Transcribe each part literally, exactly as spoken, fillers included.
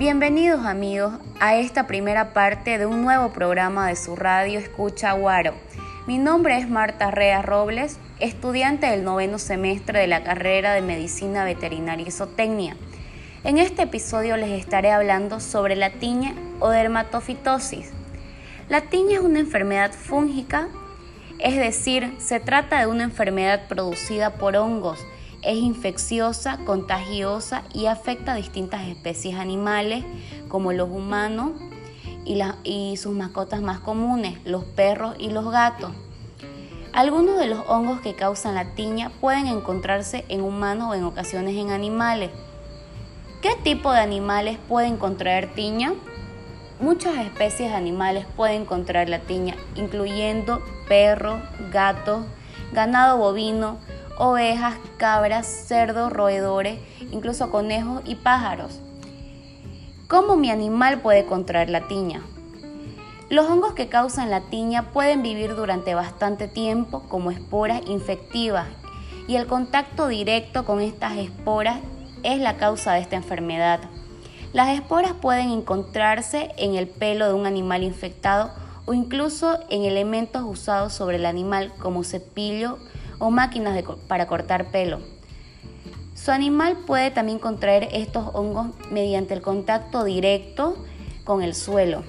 Bienvenidos amigos a esta primera parte de un nuevo programa de su radio Escucha Aguaro. Mi nombre es Marta Rea Robles, estudiante del noveno semestre de la carrera de Medicina Veterinaria y Zootecnia. En este episodio les estaré hablando sobre la tiña o dermatofitosis. La tiña es una enfermedad fúngica, es decir, se trata de una enfermedad producida por hongos. Es infecciosa, contagiosa y afecta a distintas especies animales como los humanos y, la, y sus mascotas más comunes, los perros y los gatos. Algunos de los hongos que causan la tiña pueden encontrarse en humanos o en ocasiones en animales. ¿Qué tipo de animales pueden contraer tiña? Muchas especies de animales pueden contraer la tiña, incluyendo perros, gatos, ganado bovino, ovejas, cabras, cerdos, roedores, incluso conejos y pájaros. ¿Cómo mi animal puede contraer la tiña? Los hongos que causan la tiña pueden vivir durante bastante tiempo como esporas infectivas y el contacto directo con estas esporas es la causa de esta enfermedad. Las esporas pueden encontrarse en el pelo de un animal infectado o incluso en elementos usados sobre el animal como cepillo o máquinas de, para cortar pelo. Su animal puede también contraer estos hongos mediante el contacto directo con el suelo.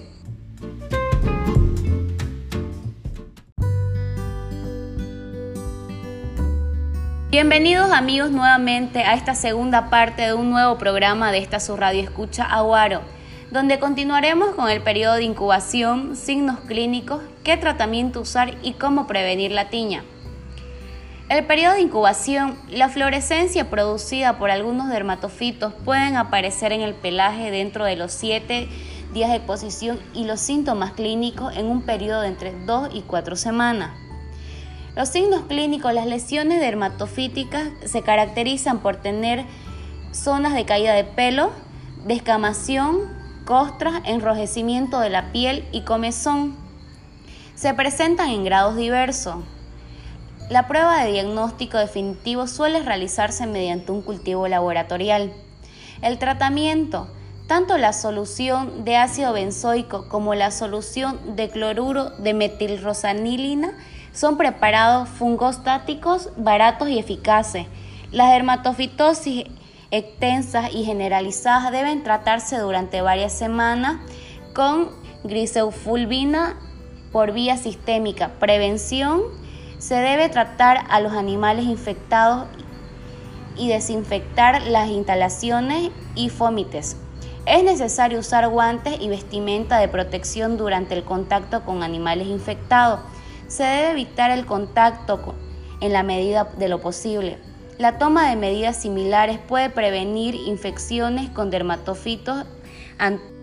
Bienvenidos amigos nuevamente a esta segunda parte de un nuevo programa de esta su radio Escucha Aguaro, donde continuaremos con el periodo de incubación, signos clínicos, qué tratamiento usar y cómo prevenir la tiña. El periodo de incubación, la fluorescencia producida por algunos dermatofitos pueden aparecer en el pelaje dentro de los siete días de exposición y los síntomas clínicos en un periodo de entre dos y cuatro semanas. Los signos clínicos, las lesiones dermatofíticas se caracterizan por tener zonas de caída de pelo, descamación, costras, enrojecimiento de la piel y comezón. Se presentan en grados diversos. La prueba de diagnóstico definitivo suele realizarse mediante un cultivo laboratorial. El tratamiento, tanto la solución de ácido benzoico como la solución de cloruro de metilrosanilina son preparados fungostáticos baratos y eficaces. Las dermatofitosis extensas y generalizadas deben tratarse durante varias semanas con griseofulvina por vía sistémica. Prevención: se debe tratar a los animales infectados y desinfectar las instalaciones y fómites. Es necesario usar guantes y vestimenta de protección durante el contacto con animales infectados. Se debe evitar el contacto en la medida de lo posible. La toma de medidas similares puede prevenir infecciones con dermatofitos anteriores.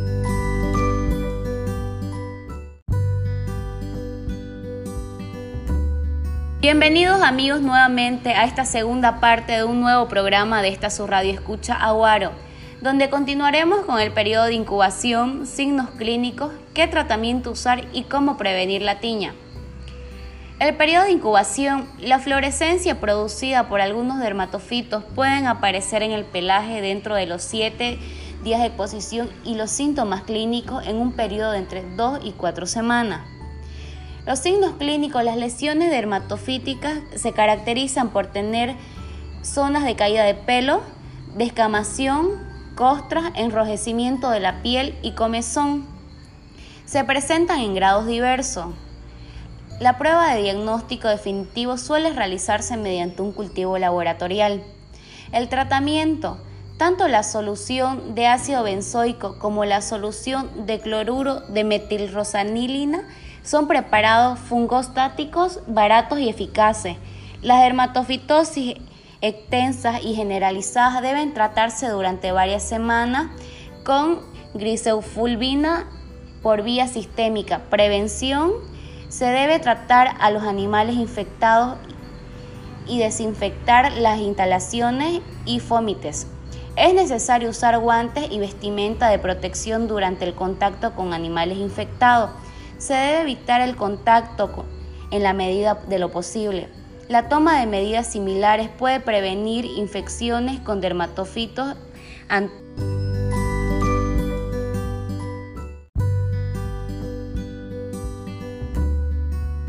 Bienvenidos amigos nuevamente a esta segunda parte de un nuevo programa de esta su radio Escucha Aguaro, donde continuaremos con el periodo de incubación, signos clínicos, qué tratamiento usar y cómo prevenir la tiña. El periodo de incubación, la fluorescencia producida por algunos dermatofitos pueden aparecer en el pelaje dentro de los siete días de exposición y los síntomas clínicos en un periodo de entre dos y cuatro semanas. Los signos clínicos, las lesiones dermatofíticas se caracterizan por tener zonas de caída de pelo, descamación, costras, enrojecimiento de la piel y comezón. Se presentan en grados diversos. La prueba de diagnóstico definitivo suele realizarse mediante un cultivo laboratorial. El tratamiento, tanto la solución de ácido benzoico como la solución de cloruro de metilrosanilina son preparados fungostáticos baratos y eficaces. Las dermatofitosis extensas y generalizadas deben tratarse durante varias semanas con griseofulvina por vía sistémica. Prevención: se debe tratar a los animales infectados y desinfectar las instalaciones y fómites. Es necesario usar guantes y vestimenta de protección durante el contacto con animales infectados. Se debe evitar el contacto en la medida de lo posible. La toma de medidas similares puede prevenir infecciones con dermatofitos anteriores.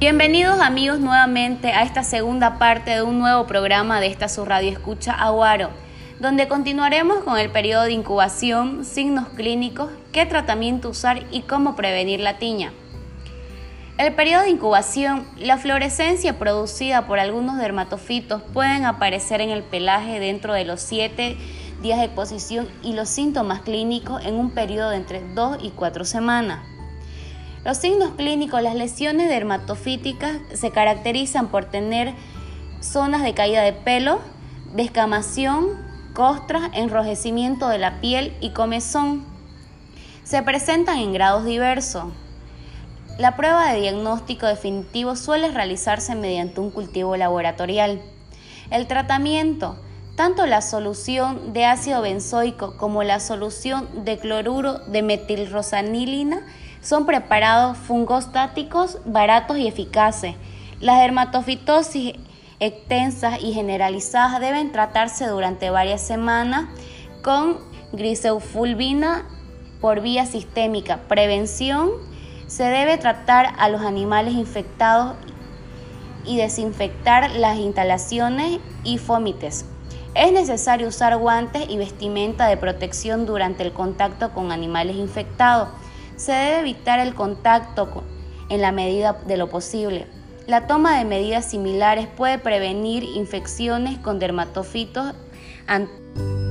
Bienvenidos amigos nuevamente a esta segunda parte de un nuevo programa de esta su radio escucha Aguaro, donde continuaremos con el periodo de incubación, signos clínicos, qué tratamiento usar y cómo prevenir la tiña. El periodo de incubación, la fluorescencia producida por algunos dermatofitos pueden aparecer en el pelaje dentro de los siete días de exposición y los síntomas clínicos en un periodo de entre dos y cuatro semanas. Los signos clínicos, las lesiones dermatofíticas se caracterizan por tener zonas de caída de pelo, descamación, costras, enrojecimiento de la piel y comezón. Se presentan en grados diversos. La prueba de diagnóstico definitivo suele realizarse mediante un cultivo laboratorial. El tratamiento, tanto la solución de ácido benzoico como la solución de cloruro de metilrosanilina, son preparados fungostáticos baratos y eficaces. Las dermatofitosis extensas y generalizadas deben tratarse durante varias semanas con griseofulvina por vía sistémica. Prevención: se debe tratar a los animales infectados y desinfectar las instalaciones y fómites. Es necesario usar guantes y vestimenta de protección durante el contacto con animales infectados. Se debe evitar el contacto en la medida de lo posible. La toma de medidas similares puede prevenir infecciones con dermatofitos anteriores.